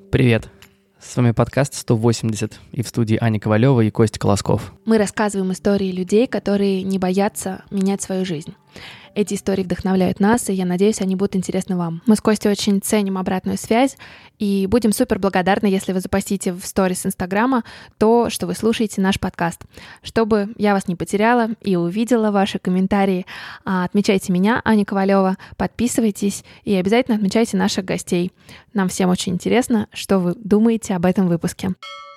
Привет! С вами подкаст 180, и в студии Аня Ковалева и Костя Колосков. Мы рассказываем истории людей, которые не боятся менять свою жизнь. Эти истории вдохновляют нас, и я надеюсь, они будут интересны вам. Мы с Костей очень ценим обратную связь, и будем супер благодарны, если вы запостите в сторис Инстаграма то, что вы слушаете наш подкаст. Чтобы я вас не потеряла и увидела ваши комментарии, отмечайте меня, Аня Ковалева, подписывайтесь и обязательно отмечайте наших гостей. Нам всем очень интересно, что вы думаете об этом выпуске.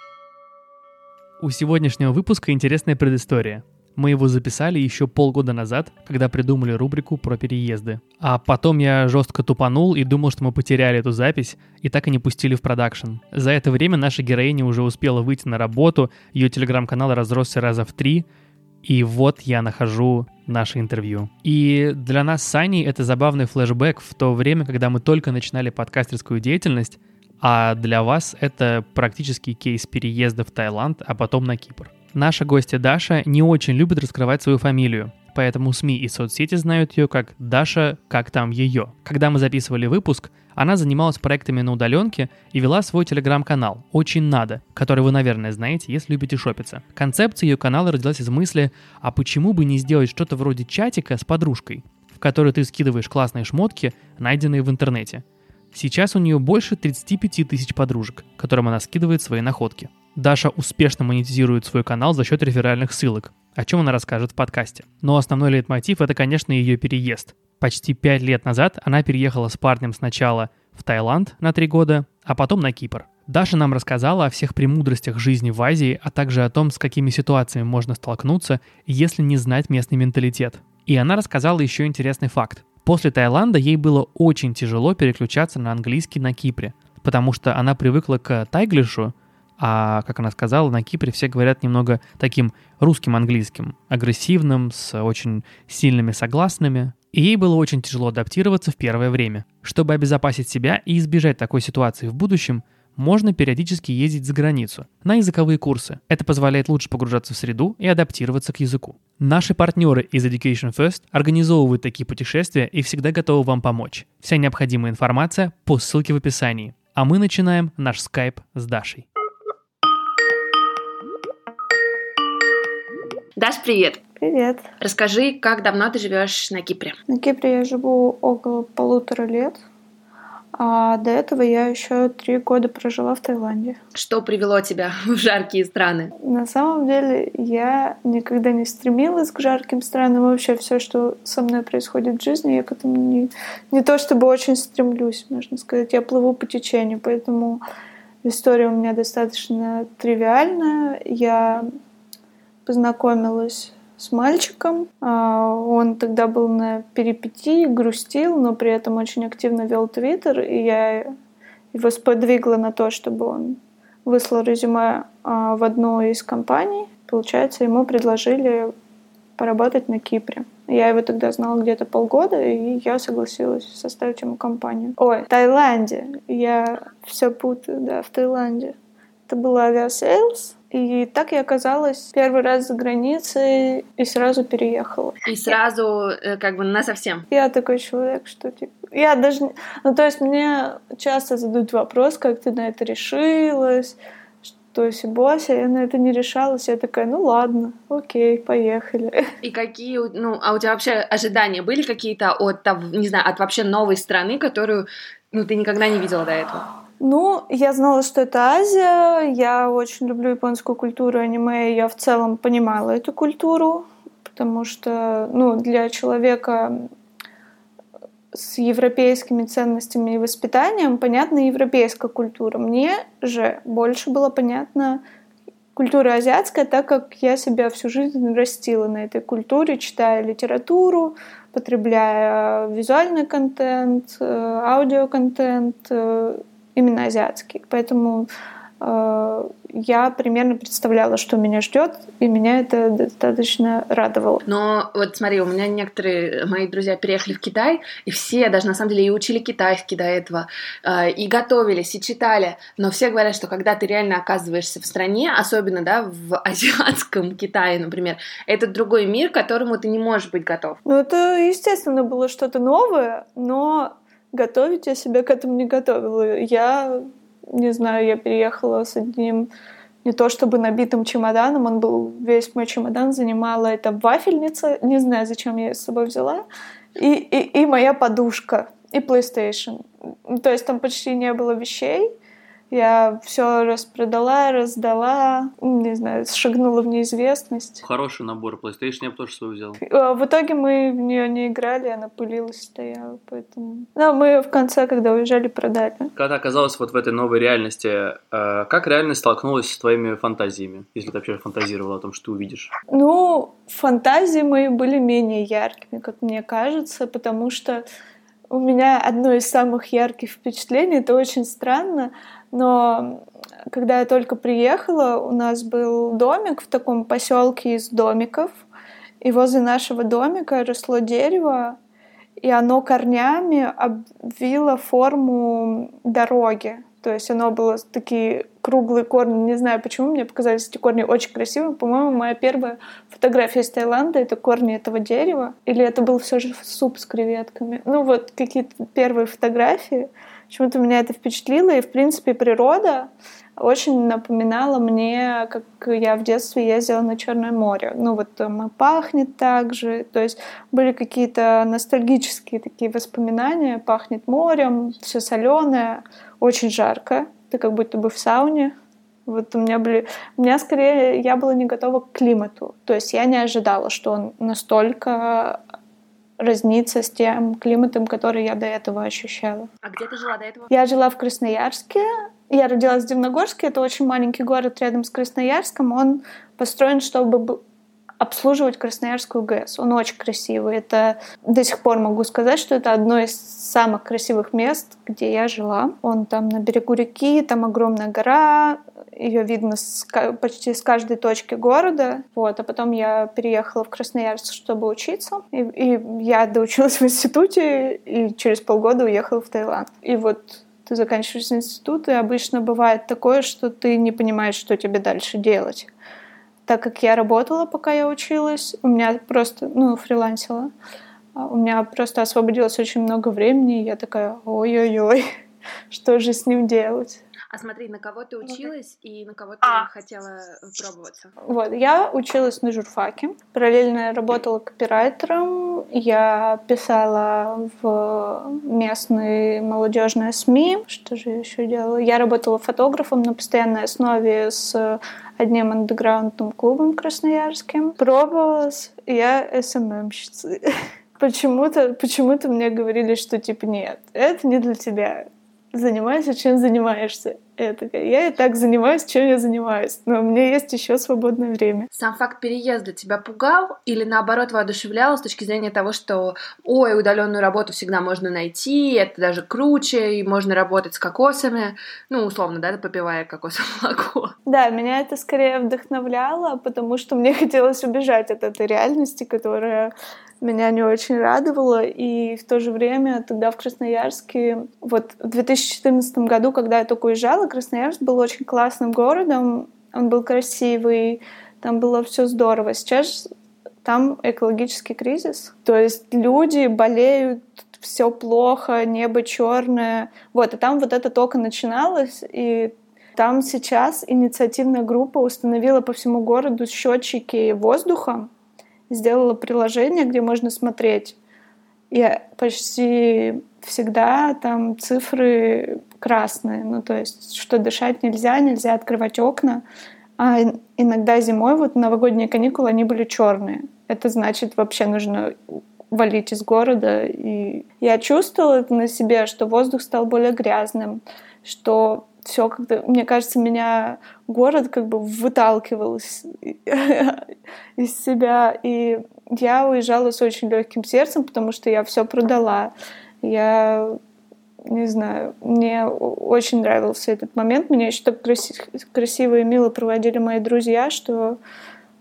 У сегодняшнего выпуска интересная предыстория. Мы его записали еще полгода назад, когда придумали рубрику про переезды. А потом я жестко тупанул и думал, что мы потеряли эту запись и так и не пустили в продакшн. За это время наша героиня уже успела выйти на работу, ее телеграм-канал разросся раза в 3, и вот я нахожу наше интервью. И для нас с Аней это забавный флешбэк в то время, когда мы только начинали подкастерскую деятельность, а для вас это практически кейс переезда в Таиланд, а потом на Кипр. Наша гостья Даша не очень любит раскрывать свою фамилию, поэтому СМИ и соцсети знают ее как Даша, как там ее. Когда мы записывали выпуск, она занималась проектами на удаленке и вела свой телеграм-канал «Очень надо», который вы, наверное, знаете, если любите шопиться. Концепция ее канала родилась из мысли, а почему бы не сделать что-то вроде чатика с подружкой, в который ты скидываешь классные шмотки, найденные в интернете. Сейчас у нее больше 35 тысяч подружек, которым она скидывает свои находки. Даша успешно монетизирует свой канал за счет реферальных ссылок, о чем она расскажет в подкасте. Но основной лейтмотив — это, конечно, ее переезд. Почти 5 лет назад она переехала с парнем сначала в Таиланд на 3 года, а потом на Кипр. Даша нам рассказала о всех премудростях жизни в Азии, а также о том, с какими ситуациями можно столкнуться, если не знать местный менталитет. И она рассказала еще интересный факт. После Таиланда ей было очень тяжело переключаться на английский на Кипре, потому что она привыкла к тайглишу, а, как она сказала, на Кипре все говорят немного таким русским английским, агрессивным, с очень сильными согласными. И ей было очень тяжело адаптироваться в первое время. Чтобы обезопасить себя и избежать такой ситуации в будущем, можно периодически ездить за границу, на языковые курсы. Это позволяет лучше погружаться в среду и адаптироваться к языку. Наши партнеры из Education First организовывают такие путешествия и всегда готовы вам помочь. Вся необходимая информация по ссылке в описании. А мы начинаем наш скайп с Дашей. Даш, привет! Привет. Расскажи, как давно ты живешь на Кипре? На Кипре я живу около 1,5 лет, а до этого я еще 3 года прожила в Таиланде. Что привело тебя в жаркие страны? На самом деле я никогда не стремилась к жарким странам. Вообще все, что со мной происходит в жизни, я к этому не то чтобы очень стремлюсь, можно сказать. Я плыву по течению, поэтому история у меня достаточно тривиальная. Я познакомилась с мальчиком. Он тогда был на перипетии, грустил, но при этом очень активно вел Твиттер, и я его сподвигла на то, чтобы он выслал резюме в одну из компаний. Получается, ему предложили поработать на Кипре. Я его тогда знала где-то полгода, и я согласилась составить ему компанию. В Таиланде. Я все путаю, да, в Таиланде. Это был авиасейлс. И так я оказалась первый раз за границей и сразу переехала. И сразу как бы насовсем? Я такой человек, что типа... Я даже... Ну, то есть мне часто задают вопрос, как ты на это решилась, что сибося, я на это не решалась. Я такая, ну ладно, окей, поехали. И какие... а у тебя вообще ожидания были какие-то от, не знаю, от вообще новой страны, которую ты никогда не видела до этого? Я знала, что это Азия, я очень люблю японскую культуру, аниме, и я в целом понимала эту культуру, потому что, для человека с европейскими ценностями и воспитанием понятна европейская культура. Мне же больше была понятна культура азиатская, так как я себя всю жизнь растила на этой культуре, читая литературу, потребляя визуальный контент, аудиоконтент, именно азиатский. Поэтому я примерно представляла, что меня ждет, и меня это достаточно радовало. Но вот смотри, у меня некоторые мои друзья переехали в Китай, и все даже на самом деле и учили китайский до этого, и готовились, и читали, но все говорят, что когда ты реально оказываешься в стране, особенно, да, в азиатском Китае, например, это другой мир, к которому ты не можешь быть готов. Это, естественно, было что-то новое, но готовить я себя к этому не готовила. Я не знаю, я переехала с одним не то чтобы набитым чемоданом, он был, весь мой чемодан занимала эта вафельница, не знаю, зачем я ее с собой взяла, и моя подушка, и PlayStation. То есть там почти не было вещей. Я все распродала, раздала, не знаю, шагнула в неизвестность. Хороший набор. PlayStation я бы тоже свой взял. В итоге мы в нее не играли, она пылилась, стояла, поэтому... Но мы в конце, когда уезжали, продали. Когда ты оказалась вот в этой новой реальности, как реальность столкнулась с твоими фантазиями, если ты вообще фантазировала о том, что ты увидишь? Ну, фантазии мои были менее яркими, как мне кажется, потому что у меня одно из самых ярких впечатлений, это очень странно, но когда я только приехала, у нас был домик в таком поселке из домиков, и возле нашего домика росло дерево, и оно корнями обвило форму дороги. То есть оно было такие круглые корни. Не знаю, почему мне показались эти корни очень красивыми. По-моему, моя первая фотография из Таиланда — это корни этого дерева. Или это был все же суп с креветками. Ну вот какие-то первые фотографии. Почему-то меня это впечатлило. И, в принципе, природа очень напоминала мне, как я в детстве ездила на Черное море. Ну вот там и пахнет так же. То есть были какие-то ностальгические такие воспоминания. Пахнет морем, все соленое, очень жарко. Ты как будто бы в сауне. Вот у меня скорее, я была не готова к климату. То есть я не ожидала, что он настолько разнится с тем климатом, который я до этого ощущала. А где ты жила до этого? Я жила в Красноярске. Я родилась в Дивногорске. Это очень маленький город рядом с Красноярском. Он построен, чтобы обслуживать Красноярскую ГЭС. Он очень красивый. Это до сих пор могу сказать, что это одно из самых красивых мест, где я жила. Он там на берегу реки, там огромная гора, ее видно почти с каждой точки города. Вот. А потом я переехала в Красноярск, чтобы учиться. И я доучилась в институте, и через полгода уехала в Таиланд. И вот ты заканчиваешь институт, и обычно бывает такое, что ты не понимаешь, что тебе дальше делать. Так как я работала, пока я училась, у меня просто, фрилансила, у меня просто освободилось очень много времени, и я такая, ой-ой-ой, что же с ним делать? А смотри, на кого ты училась и на кого ты хотела пробоваться? Вот, я училась на журфаке, параллельно работала копирайтером, я писала в местные молодежные СМИ. Что же я еще делала? Я работала фотографом на постоянной основе с одним андеграундным клубом красноярским. Пробовалась, я СММщица. Почему-то мне говорили, что типа нет, это не для тебя. Занимайся, чем занимаешься. Я и так занимаюсь, чем я занимаюсь. Но у меня есть еще свободное время. Сам факт переезда тебя пугал или наоборот воодушевлял с точки зрения того, что удаленную работу всегда можно найти, это даже круче, и можно работать с кокосами, условно, да, попивая кокосовое молоко. Да, меня это скорее вдохновляло, потому что мне хотелось убежать от этой реальности, которая меня не очень радовала, и в то же время тогда в Красноярске, вот в 2014 году, когда я только уезжала, Красноярск был очень классным городом, он был красивый, там было все здорово. Сейчас там экологический кризис, то есть люди болеют, все плохо, небо черное, вот, и там вот это только начиналось, и там сейчас инициативная группа установила по всему городу счетчики воздуха, сделала приложение, где можно смотреть. И почти всегда там цифры красные. То есть, что дышать нельзя открывать окна. А иногда зимой, вот новогодние каникулы, они были черные. Это значит, вообще нужно валить из города. И я чувствовала это на себе, что воздух стал более грязным, что все как-то, мне кажется, меня город как бы выталкивал из себя. И я уезжала с очень легким сердцем, потому что я все продала. Я не знаю, мне очень нравился этот момент. Меня еще так красиво и мило проводили мои друзья, что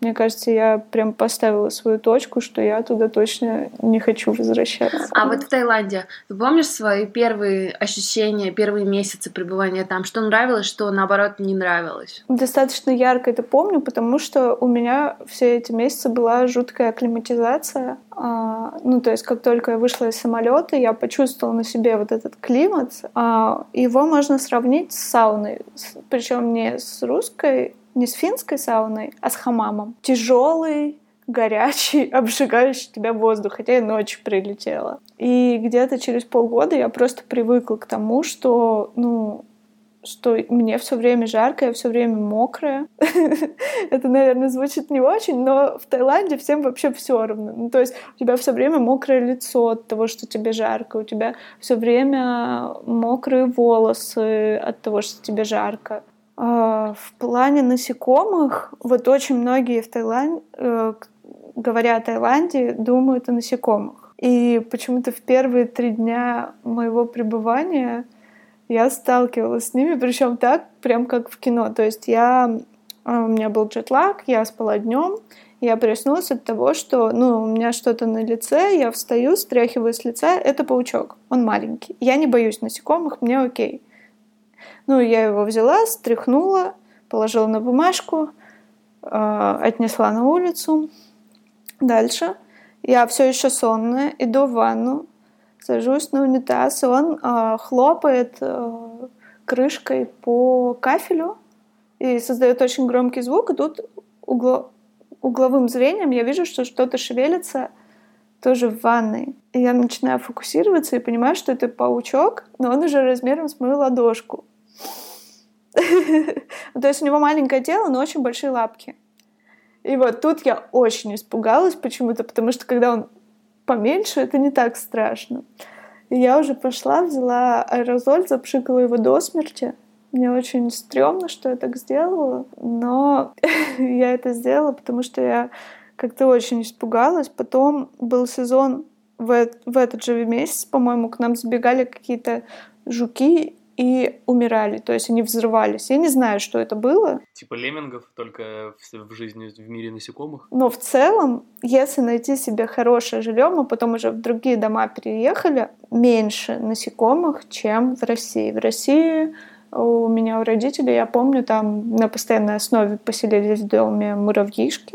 Мне кажется, я прям поставила свою точку, что я туда точно не хочу возвращаться. А вот в Таиланде, ты помнишь свои первые ощущения, первые месяцы пребывания там? Что нравилось, что, наоборот, не нравилось? Достаточно ярко это помню, потому что у меня все эти месяцы была жуткая акклиматизация. То есть как только я вышла из самолета, я почувствовала на себе вот этот климат. Его можно сравнить с сауной, причем не с русской, не с финской сауной, а с хамамом. Тяжелый, горячий, обжигающий тебя воздух, хотя я ночью прилетела. И где-то через полгода я просто привыкла к тому, что мне все время жарко, я все время мокрая. Это, наверное, звучит не очень, но в Таиланде всем вообще все равно. То есть у тебя все время мокрое лицо от того, что тебе жарко, у тебя все время мокрые волосы от того, что тебе жарко. В плане насекомых, вот очень многие в Таиланде, говоря о Таиланде, думают о насекомых. И почему-то в первые 3 дня моего пребывания я сталкивалась с ними, причем так, прям как в кино. То есть у меня был джетлаг, я спала днем, я проснулась от того, что у меня что-то на лице, я встаю, стряхиваю с лица, это паучок, он маленький. Я не боюсь насекомых, мне окей. Я его взяла, стряхнула, положила на бумажку, отнесла на улицу. Дальше я все еще сонная, иду в ванну, сажусь на унитаз, и он хлопает крышкой по кафелю и создает очень громкий звук. И тут угловым зрением я вижу, что что-то шевелится тоже в ванной. И я начинаю фокусироваться и понимаю, что это паучок, но он уже размером с мою ладошку. То есть у него маленькое тело, но очень большие лапки. И вот тут я очень испугалась почему-то, потому что когда он поменьше, это не так страшно. И я уже пошла, взяла аэрозоль, запшикала его до смерти. Мне очень стрёмно, что я так сделала, но я это сделала, потому что я как-то очень испугалась. Потом был сезон в этот же месяц, по-моему, к нам забегали какие-то жуки и умирали, то есть они взрывались. Я не знаю, что это было. Типа леммингов, только в жизни, в мире насекомых. Но в целом, если найти себе хорошее жилье, мы потом уже в другие дома переехали, меньше насекомых, чем в России. В России у меня, у родителей, я помню, там на постоянной основе поселились в доме муравьишки.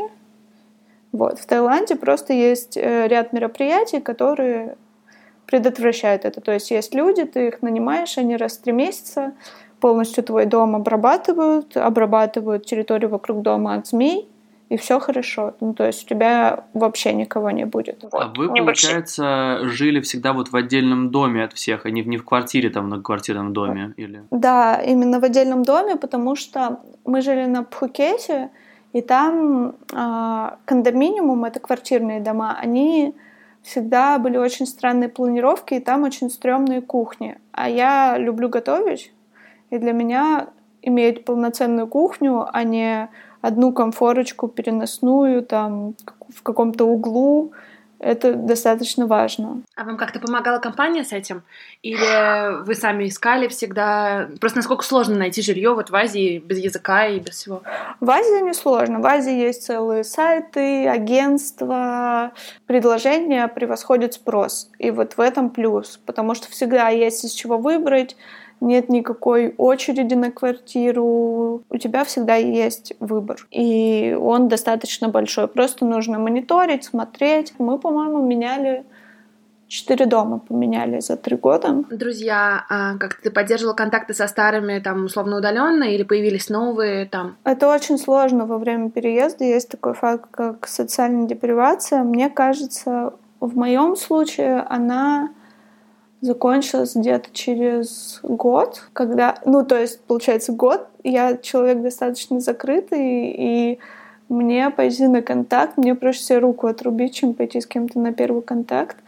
В Таиланде просто есть ряд мероприятий, которые предотвращают это. То есть есть люди, ты их нанимаешь, они раз в 3 месяца полностью твой дом обрабатывают территорию вокруг дома от змей, и все хорошо. То есть у тебя вообще никого не будет. А вы, получается, жили всегда в отдельном доме от всех, а не в квартире, в многоквартирном доме? Или... Да, именно в отдельном доме, потому что мы жили на Пхукете, и там кондоминиум, это квартирные дома, они всегда были очень странные планировки, и там очень стрёмные кухни. А я люблю готовить, и для меня иметь полноценную кухню, а не одну комфорочку переносную там в каком-то углу, это достаточно важно. А вам как-то помогала компания с этим? Или вы сами искали всегда? Просто насколько сложно найти жилье в Азии без языка и без всего? В Азии не сложно. В Азии есть целые сайты, агентства. Предложения превосходят спрос. И в этом плюс. Потому что всегда есть из чего выбрать. Нет никакой очереди на квартиру. У тебя всегда есть выбор. И он достаточно большой. Просто нужно мониторить, смотреть. Мы, по-моему, меняли 4 дома поменяли за 3 года. Друзья, как ты поддерживала контакты со старыми, условно удаленно, или появились новые там? Это очень сложно во время переезда. Есть такой факт, как социальная депривация. Мне кажется, в моем случае она закончилась где-то через год, когда, то есть, получается, год, я человек достаточно закрытый, и мне пойти на контакт, мне проще себе руку отрубить, чем пойти с кем-то на первый контакт.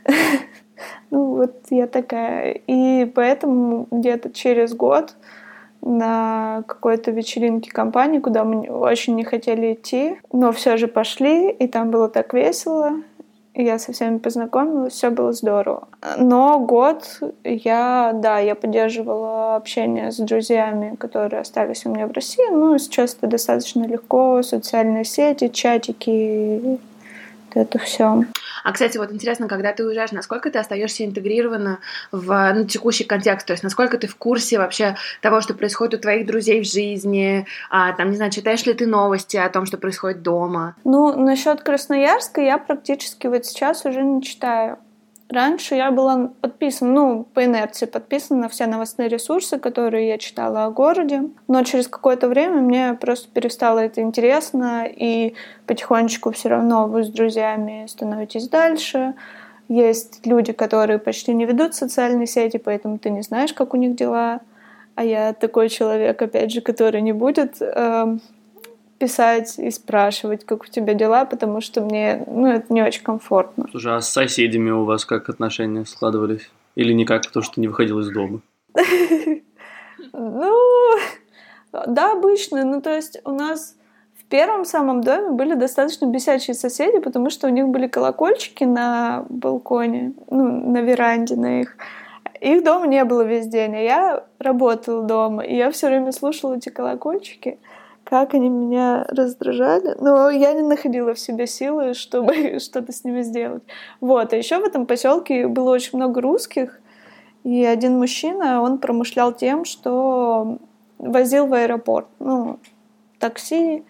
Я такая. И поэтому где-то через год на какой-то вечеринке компании, куда мы очень не хотели идти, но все же пошли, и там было так весело. я со всеми познакомилась, все было здорово. Но год я поддерживала общение с друзьями, которые остались у меня в России. Ну, сейчас это достаточно легко, социальные сети, чатики, это все. А, кстати, вот интересно, когда ты уезжаешь, насколько ты остаешься интегрирована в текущий контекст? То есть насколько ты в курсе вообще того, что происходит у твоих друзей в жизни? Там, не знаю, читаешь ли ты новости о том, что происходит дома? Ну, насчет Красноярска я практически вот сейчас уже не читаю. Раньше я была подписана, по инерции подписана на все новостные ресурсы, которые я читала о городе. Но через какое-то время мне просто перестало это интересно, и потихонечку все равно вы с друзьями становитесь дальше. Есть люди, которые почти не ведут социальные сети, поэтому ты не знаешь, как у них дела. А я такой человек, опять же, который не будет писать и спрашивать, как у тебя дела, потому что мне, это не очень комфортно. Слушай, а с соседями у вас как отношения складывались? Или никак, потому что не выходил из дома? Да, обычно. То есть у нас в первом самом доме были достаточно бесячие соседи, потому что у них были колокольчики на балконе, на веранде на их. Их дома не было весь день, а я работала дома, и я все время слушала эти колокольчики. Как они меня раздражали. Но я не находила в себе силы, чтобы что-то с ними сделать. А еще в этом поселке было очень много русских. И один мужчина, он промышлял тем, что возил в аэропорт. Такси.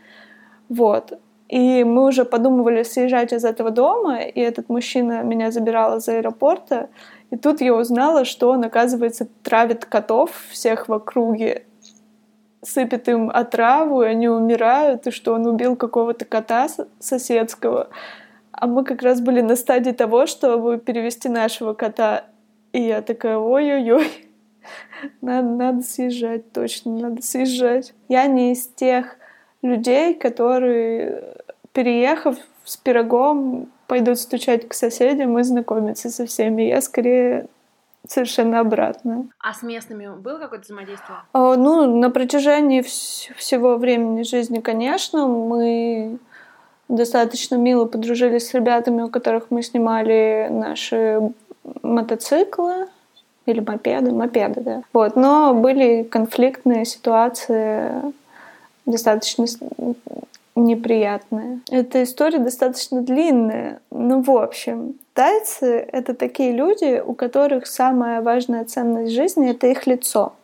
И мы уже подумывали съезжать из этого дома, и этот мужчина меня забирал из аэропорта. И тут я узнала, что он, оказывается, травит котов всех в округе, сыпет им отраву, и они умирают, и что он убил какого-то кота соседского. А мы как раз были на стадии того, чтобы перевести нашего кота. И я такая, ой-ой-ой, надо съезжать, точно, надо съезжать. Я не из тех людей, которые, переехав с пирогом, пойдут стучать к соседям и знакомиться со всеми. Я скорее совершенно обратно. А с местными было какое-то взаимодействие? На протяжении всего времени жизни, конечно, мы достаточно мило подружились с ребятами, у которых мы снимали наши мотоциклы или мопеды, да. Но были конфликтные ситуации, достаточно неприятные. Эта история достаточно длинная. В общем, тайцы — это такие люди, у которых самая важная ценность жизни — это их лицо.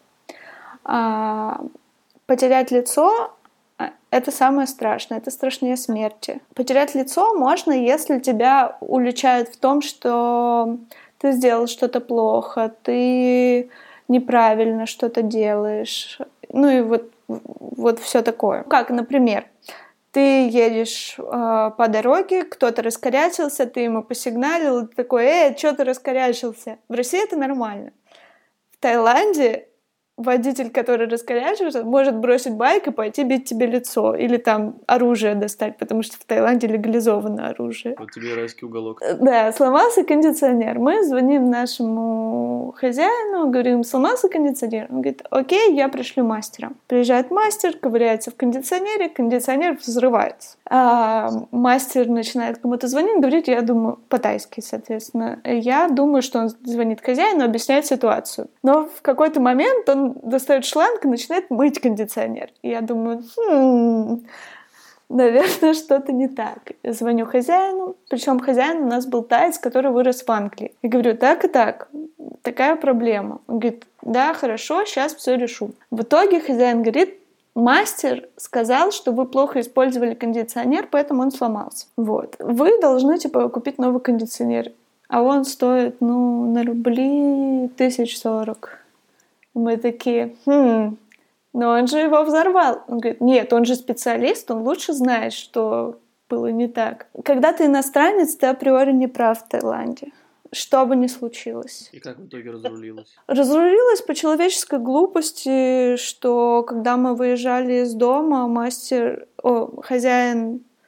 Потерять лицо — это самое страшное, это страшнее смерти. Потерять лицо можно, если тебя уличают в том, что ты сделал что-то плохо, ты неправильно что-то делаешь. И все такое. Как, например, ты едешь по дороге, кто-то раскорячился, ты ему посигналил, ты такой, что ты раскорячился? В России это нормально. В Таиланде водитель, который раскорячился, может бросить байк и пойти бить тебе лицо. Или там оружие достать, потому что в Таиланде легализовано оружие. Вот тебе райский уголок. Да, сломался кондиционер. Мы звоним нашему хозяину, говорим, сломался кондиционер. Он говорит, окей, я пришлю мастера. Приезжает мастер, ковыряется в кондиционере, кондиционер взрывается. Мастер начинает кому-то звонить, говорит, я думаю, по-тайски, соответственно. Я думаю, что он звонит хозяину, объясняет ситуацию. Но в какой-то момент он достает шланг и начинает мыть кондиционер. И я думаю, наверное, что-то не так. Я звоню хозяину, причем хозяин у нас был таец, который вырос в Англии. И говорю, так и так, такая проблема. Он говорит, да, хорошо, сейчас все решу. В итоге хозяин говорит, мастер сказал, что вы плохо использовали кондиционер, поэтому он сломался. Вы должны, купить новый кондиционер. А он стоит, на рубли 1040. Мы такие, но он же его взорвал. Он говорит, нет, он же специалист, он лучше знает, что было не так. Когда ты иностранец, ты априори не прав в Таиланде. Что бы ни случилось. И как в итоге разрулилось? Разрулилось по человеческой глупости, что когда мы выезжали из дома, хозяин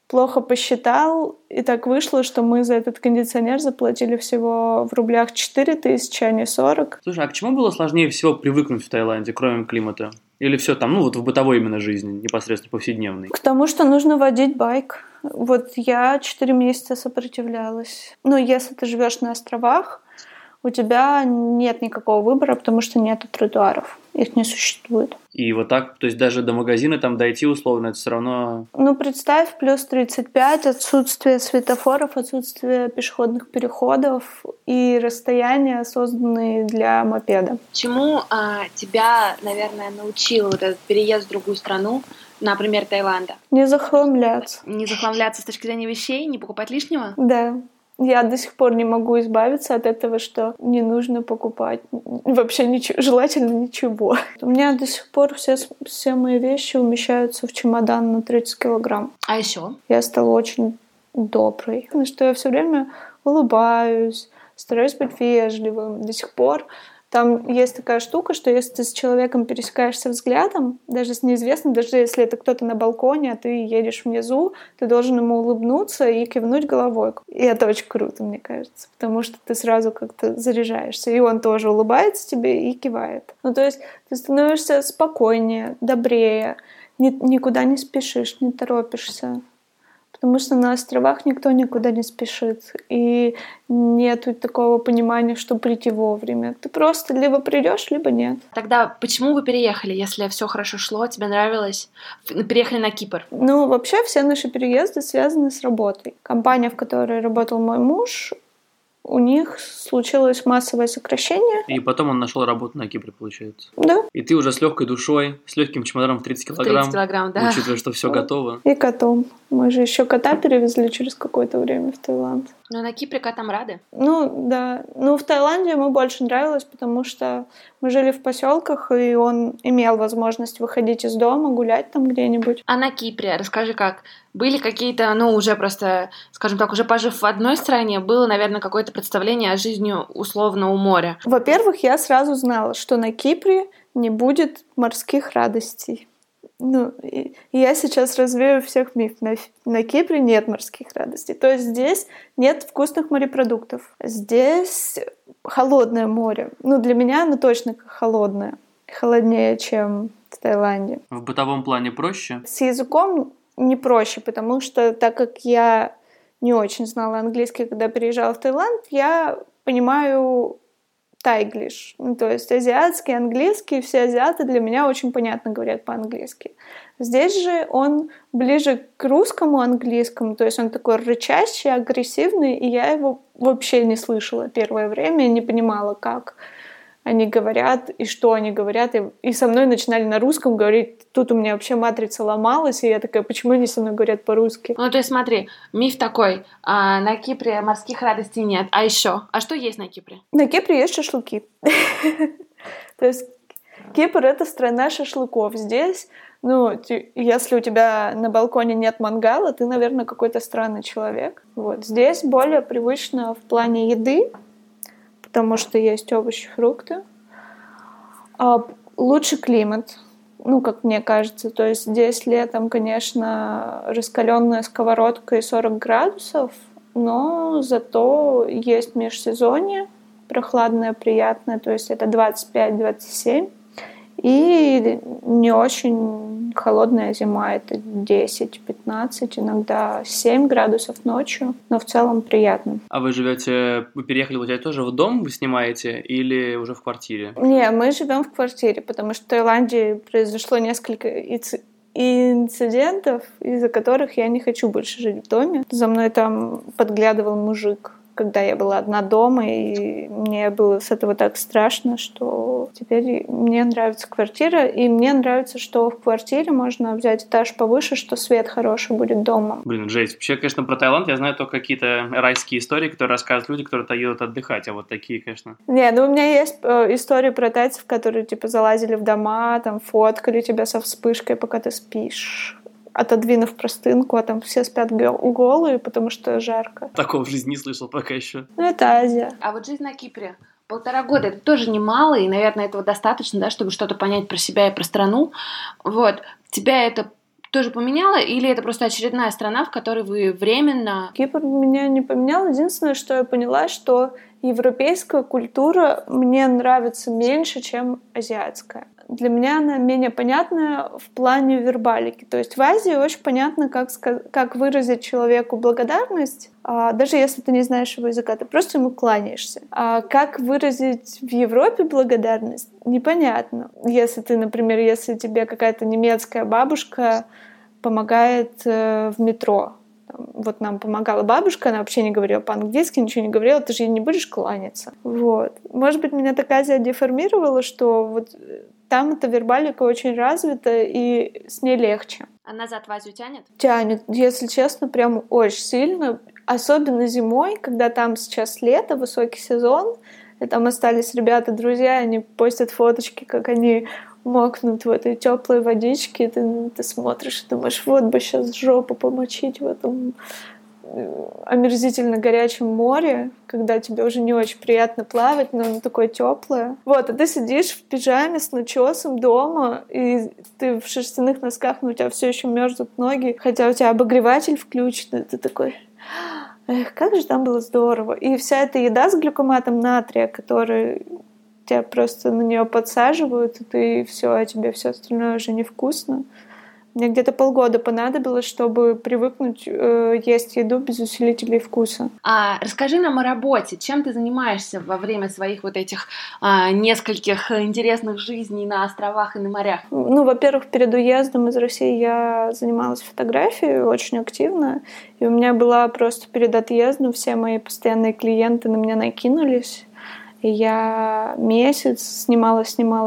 плохо посчитал, и так вышло, что мы за этот кондиционер заплатили всего в рублях 4000, а не 40. Слушай, а к чему было сложнее всего привыкнуть в Таиланде, кроме климата? Или все там, в бытовой именно жизни, непосредственно повседневной? К тому, что нужно водить байк. Вот я 4 месяца сопротивлялась. Если ты живешь на островах, у тебя нет никакого выбора, потому что нету тротуаров. Их не существует. И вот так, то есть даже до магазина там дойти условно, это все равно... Представь, плюс 35, отсутствие светофоров, отсутствие пешеходных переходов и расстояния, созданные для мопеда. Чему тебя, наверное, научил вот этот переезд в другую страну, например, Таиланда? Не захламляться. Не захламляться с точки зрения вещей, не покупать лишнего? Да. Я до сих пор не могу избавиться от этого, что не нужно покупать вообще ничего, желательно ничего. У меня до сих пор все мои вещи умещаются в чемодан на 30 килограмм. А еще? Я стала очень доброй, потому что я все время улыбаюсь, стараюсь быть вежливым. До сих пор там есть такая штука, что если ты с человеком пересекаешься взглядом, даже с неизвестным, даже если это кто-то на балконе, а ты едешь внизу, ты должен ему улыбнуться и кивнуть головой. И это очень круто, мне кажется, потому что ты сразу как-то заряжаешься, и он тоже улыбается тебе и кивает. То есть ты становишься спокойнее, добрее, никуда не спешишь, не торопишься. Потому что на островах никто никуда не спешит. И нету такого понимания, что прийти вовремя. Ты просто либо придешь, либо нет. Тогда почему вы переехали, если все хорошо шло, тебе нравилось? Переехали на Кипр? Вообще все наши переезды связаны с работой. Компания, в которой работал мой муж, у них случилось массовое сокращение. И потом он нашел работу на Кипре, получается. Да. И ты уже с легкой душой, с легким чемоданом в 30 килограмм. 30 килограмм, да. Учитывая, что все готово. И котом. Мы же еще кота перевезли через какое-то время в Таиланд. Но на Кипре котам рады? Да. В Таиланде ему больше нравилось, потому что мы жили в поселках, и он имел возможность выходить из дома, гулять там где-нибудь. А на Кипре, расскажи, как? Были какие-то, уже просто, скажем так, уже пожив в одной стране, было, наверное, какое-то представление о жизни условно у моря? Во-первых, я сразу знала, что на Кипре не будет морских радостей. И я сейчас развею всех миф. На Кипре нет морских радостей. То есть здесь нет вкусных морепродуктов. Здесь холодное море. Для меня оно точно холодное. Холоднее, чем в Таиланде. В бытовом плане проще? С языком не проще, потому что так как я не очень знала английский, когда переезжала в Таиланд, я понимаю тайглиш, то есть азиатский, английский, все азиаты для меня очень понятно говорят по-английски. Здесь же он ближе к русскому английскому, то есть он такой рычащий, агрессивный, и я его вообще не слышала первое время, не понимала, как они говорят и что они говорят, и со мной начинали на русском говорить. Тут у меня вообще матрица ломалась, и я такая, почему они со мной говорят по-русски? То есть смотри, миф такой, на Кипре морских радостей нет, а еще? А что есть на Кипре? На Кипре есть шашлыки. То есть Кипр — это страна шашлыков. Здесь, если у тебя на балконе нет мангала, ты, наверное, какой-то странный человек. Здесь более привычно в плане еды, потому что есть овощи, фрукты. Лучше климат, как мне кажется. То есть здесь летом, конечно, раскаленная сковородка и 40 градусов, но зато есть межсезонье, прохладное, приятное, то есть это 25-27. И не очень холодная зима, это 10-15, иногда 7 градусов ночью, но в целом приятно. А вы переехали, у тебя тоже в дом вы снимаете или уже в квартире? Не, мы живем в квартире, потому что в Таиланде произошло несколько инцидентов, из-за которых я не хочу больше жить в доме. За мной там подглядывал мужик, когда я была одна дома, и мне было с этого так страшно, что теперь мне нравится квартира, и мне нравится, что в квартире можно взять этаж повыше, что свет хороший будет дома. Блин, жесть. Вообще, конечно, про Таиланд я знаю только какие-то райские истории, которые рассказывают люди, которые туда едут отдыхать, а вот такие, конечно. Не, у меня есть истории про тайцев, которые, залазили в дома, там, фоткали тебя со вспышкой, пока ты спишь, отодвинув простынку, а там все спят голые, потому что жарко. Такого в жизни не слышал пока еще. Это Азия. А вот жизнь на Кипре 1,5 года, это тоже немало, и, наверное, этого достаточно, да, чтобы что-то понять про себя и про страну. Тебя это тоже поменяло, или это просто очередная страна, в которой вы временно... Кипр меня не поменял. Единственное, что я поняла, что европейская культура мне нравится меньше, чем азиатская. Для меня она менее понятная в плане вербалики. То есть в Азии очень понятно, как выразить человеку благодарность, даже если ты не знаешь его языка, ты просто ему кланяешься. А как выразить в Европе благодарность, непонятно. Если ты, например, если тебе какая-то немецкая бабушка помогает в метро. Вот нам помогала бабушка, она вообще не говорила по-английски, ничего не говорила, ты же ей не будешь кланяться. Вот. Может быть, меня так Азия деформировала, что вот там эта вербалика очень развита, и с ней легче. А назад в Азию тянет? Тянет, если честно, прям очень сильно. Особенно зимой, когда там сейчас лето, высокий сезон, и там остались ребята, друзья, они постят фоточки, как они мокнут в этой теплой водичке, и ты смотришь и думаешь, вот бы сейчас жопу помочить в этом омерзительно горячем море, когда тебе уже не очень приятно плавать, но оно такое теплое. Вот, а ты сидишь в пижаме с начесом дома, и ты в шерстяных носках, но у тебя все еще мерзнут ноги, хотя у тебя обогреватель включен, и ты такой... Эх, как же там было здорово. И вся эта еда с глюкоматом натрия, который тебя просто на нее подсаживают, и ты все, а тебе все остальное уже невкусно. Мне где-то полгода понадобилось, чтобы привыкнуть есть еду без усилителей вкуса. А расскажи нам о работе. Чем ты занимаешься во время своих вот этих нескольких интересных жизней на островах и на морях? Ну, во-первых, перед уездом из России я занималась фотографией очень активно. И у меня была просто перед отъездом все мои постоянные клиенты на меня накинулись. И я месяц снимала.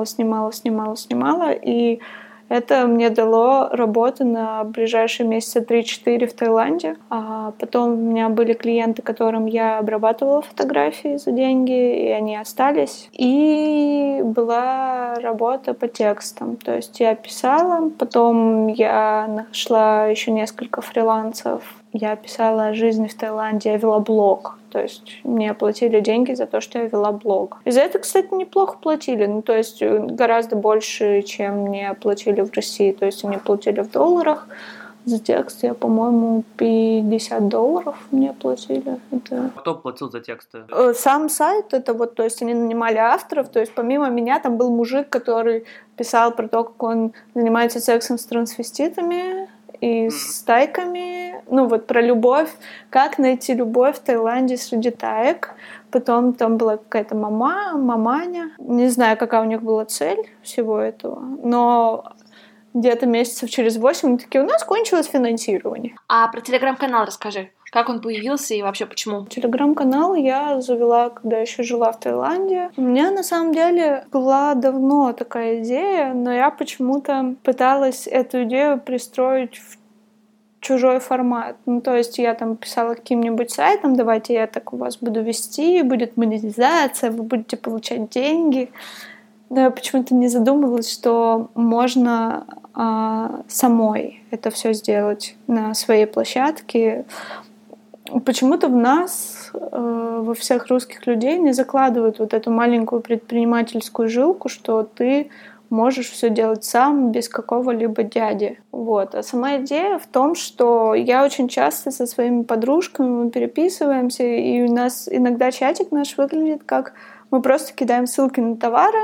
И это мне дало работу на ближайшие месяца 3-4 в Таиланде. А потом у меня были клиенты, которым я обрабатывала фотографии за деньги, и они остались. И была работа по текстам. То есть я писала, потом я нашла еще несколько фрилансов. Я писала о жизни в Таиланде, я вела блог. То есть мне платили деньги за то, что я вела блог. И за это, кстати, неплохо платили. Ну, то есть гораздо больше, чем мне платили в России. То есть они платили в долларах. За текст я, по-моему, $50 мне платили. Это... Кто платил за тексты? Сам сайт, это вот, то есть они нанимали авторов. То есть помимо меня там был мужик, который писал про то, как он занимается сексом с трансвеститами и с тайками, ну вот про любовь, как найти любовь в Таиланде среди таек. Потом там была какая-то маманя. Не знаю, какая у них была цель всего этого, но где-то месяцев через 8 они такие, у нас кончилось финансирование. А про телеграм-канал расскажи. Как он появился и вообще почему? Телеграм-канал я завела, когда еще жила в Таиланде. У меня на самом деле была давно такая идея, но я почему-то пыталась эту идею пристроить в чужой формат. Ну, то есть я там писала каким-нибудь сайтом, давайте я так у вас буду вести, будет монетизация, вы будете получать деньги. Но я почему-то не задумывалась, что можно самой это все сделать на своей площадке. Почему-то в нас, во всех русских людей, не закладывают вот эту маленькую предпринимательскую жилку, что ты можешь все делать сам, без какого-либо дяди. Вот. А сама идея в том, что я очень часто со своими подружками мы переписываемся, и у нас иногда чатик наш выглядит как мы просто кидаем ссылки на товары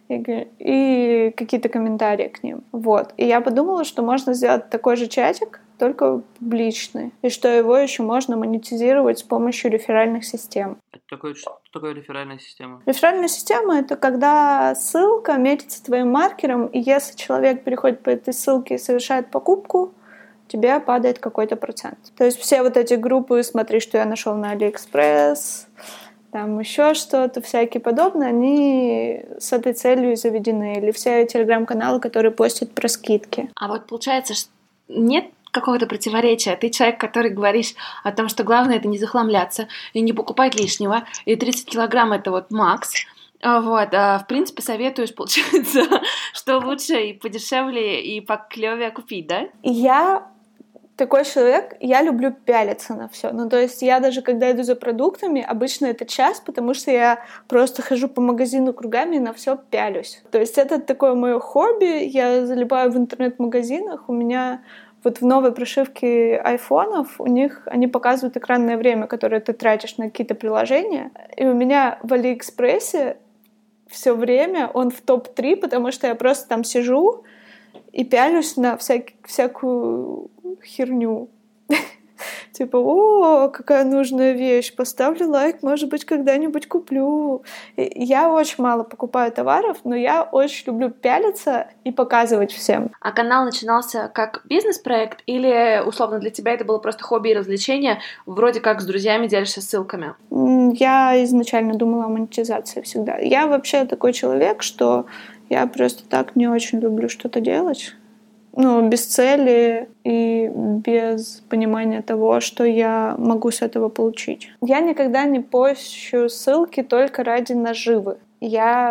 и какие-то комментарии к ним. Вот. И я подумала, что можно сделать такой же чатик, только публичный, и что его еще можно монетизировать с помощью реферальных систем. Что такое реферальная система? Реферальная система — это когда ссылка метится твоим маркером, и если человек переходит по этой ссылке и совершает покупку, тебе падает какой-то процент. То есть все вот эти группы «Смотри, что я нашел на Алиэкспресс», там еще что-то, всякие подобные, они с этой целью заведены. Или все телеграм-каналы, которые постят про скидки. А вот получается, нет какого-то противоречия. Ты человек, который говоришь о том, что главное — это не захламляться и не покупать лишнего, и 30 килограмм — это вот макс. Вот, в принципе, советуешь, получается, что лучше и подешевле, и поклёвее купить, да? Я такой человек, я люблю пялиться на все. Ну, то есть я даже, когда иду за продуктами, обычно это час, потому что я просто хожу по магазину кругами и на все пялюсь. То есть это такое мое хобби. Я залипаю в интернет-магазинах. У меня вот в новой прошивке айфонов у них они показывают экранное время, которое ты тратишь на какие-то приложения. И у меня в Алиэкспрессе все время он в топ-3, потому что я просто там сижу и пялюсь на всякую херню. Типа, о, какая нужная вещь, поставлю лайк, может быть, когда-нибудь куплю. Я очень мало покупаю товаров, но я очень люблю пялиться и показывать всем. А канал начинался как бизнес-проект или, условно, для тебя это было просто хобби и развлечение, вроде как с друзьями делишься ссылками? Я изначально думала о монетизации всегда. Я вообще такой человек, что я просто так не очень люблю что-то делать. Ну, без цели и без понимания того, что я могу с этого получить. Я никогда не пощу ссылки только ради наживы. У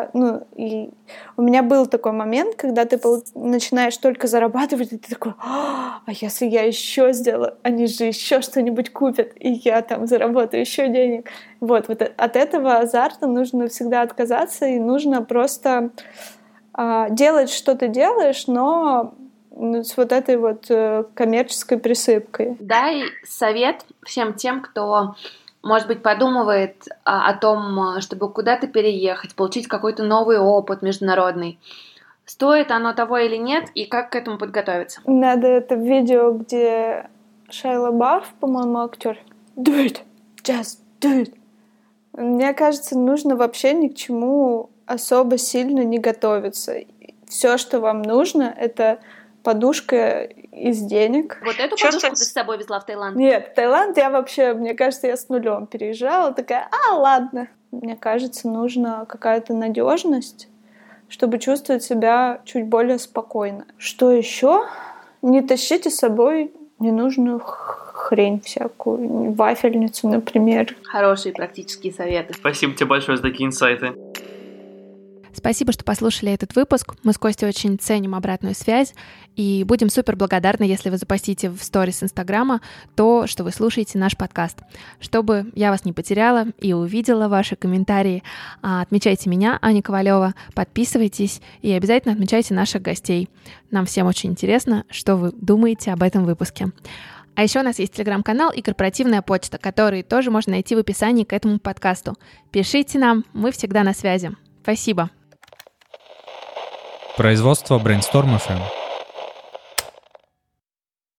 меня был такой момент, когда ты начинаешь только зарабатывать, и ты такой, а если я еще сделаю, они же еще что-нибудь купят, и я там заработаю еще денег. Вот от этого азарта нужно всегда отказаться, и нужно просто делать, что ты делаешь, но с вот этой вот коммерческой присыпкой. Дай совет всем тем, кто, может быть, подумывает о том, чтобы куда-то переехать, получить какой-то новый опыт международный. Стоит оно того или нет, и как к этому подготовиться? Надо это видео, где Шайа Лабаф, по-моему, актер. Do it! Just do it! Мне кажется, нужно вообще ни к чему особо сильно не готовиться. Все, что вам нужно, это подушка из денег. Вот эту подушку ты с собой везла в Таиланд? Нет, в Таиланд я вообще, мне кажется, я с нулем переезжала. Такая, ладно. Мне кажется, нужна какая-то надежность, чтобы чувствовать себя чуть более спокойно. Что еще? Не тащите с собой ненужную хрень всякую. Вафельницу, например. Хорошие практические советы. Спасибо тебе большое за такие инсайты. Спасибо, что послушали этот выпуск. Мы с Костей очень ценим обратную связь и будем супер благодарны, если вы запостите в сторис Инстаграма то, что вы слушаете наш подкаст. Чтобы я вас не потеряла и увидела ваши комментарии, отмечайте меня, Аня Ковалева, подписывайтесь и обязательно отмечайте наших гостей. Нам всем очень интересно, что вы думаете об этом выпуске. А еще у нас есть телеграм-канал и корпоративная почта, которые тоже можно найти в описании к этому подкасту. Пишите нам, мы всегда на связи. Спасибо. Производство Brainstorm FM.